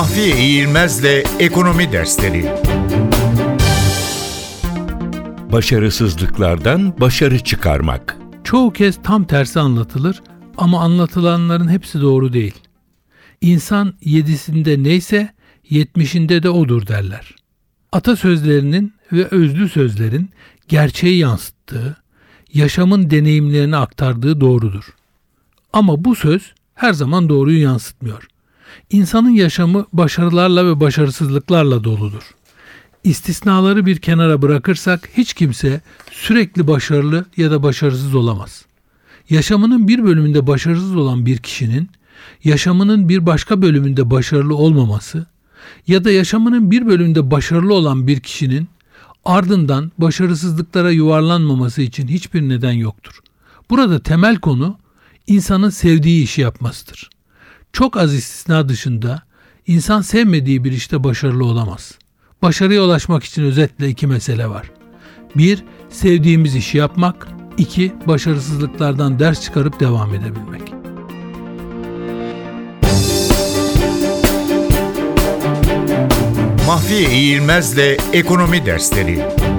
Mahfiye İğilmez'le Ekonomi Dersleri. Başarısızlıklardan başarı çıkarmak. Çoğu kez tam tersi anlatılır ama anlatılanların hepsi doğru değil. İnsan 7'sinde neyse 70'inde de odur derler. Atasözlerinin ve özlü sözlerin gerçeği yansıttığı, yaşamın deneyimlerini aktardığı doğrudur. Ama bu söz her zaman doğruyu yansıtmıyor. İnsanın yaşamı başarılarla ve başarısızlıklarla doludur. İstisnaları bir kenara bırakırsak hiç kimse sürekli başarılı ya da başarısız olamaz. Yaşamının bir bölümünde başarısız olan bir kişinin yaşamının bir başka bölümünde başarılı olmaması ya da yaşamının bir bölümünde başarılı olan bir kişinin ardından başarısızlıklara yuvarlanmaması için hiçbir neden yoktur. Burada temel konu insanın sevdiği işi yapmasıdır. Çok az istisna dışında insan sevmediği bir işte başarılı olamaz. Başarıya ulaşmak için özetle 2 mesele var. 1. Sevdiğimiz işi yapmak. 2. Başarısızlıklardan ders çıkarıp devam edebilmek. Mahfiye İğilmez'le Ekonomi Dersleri.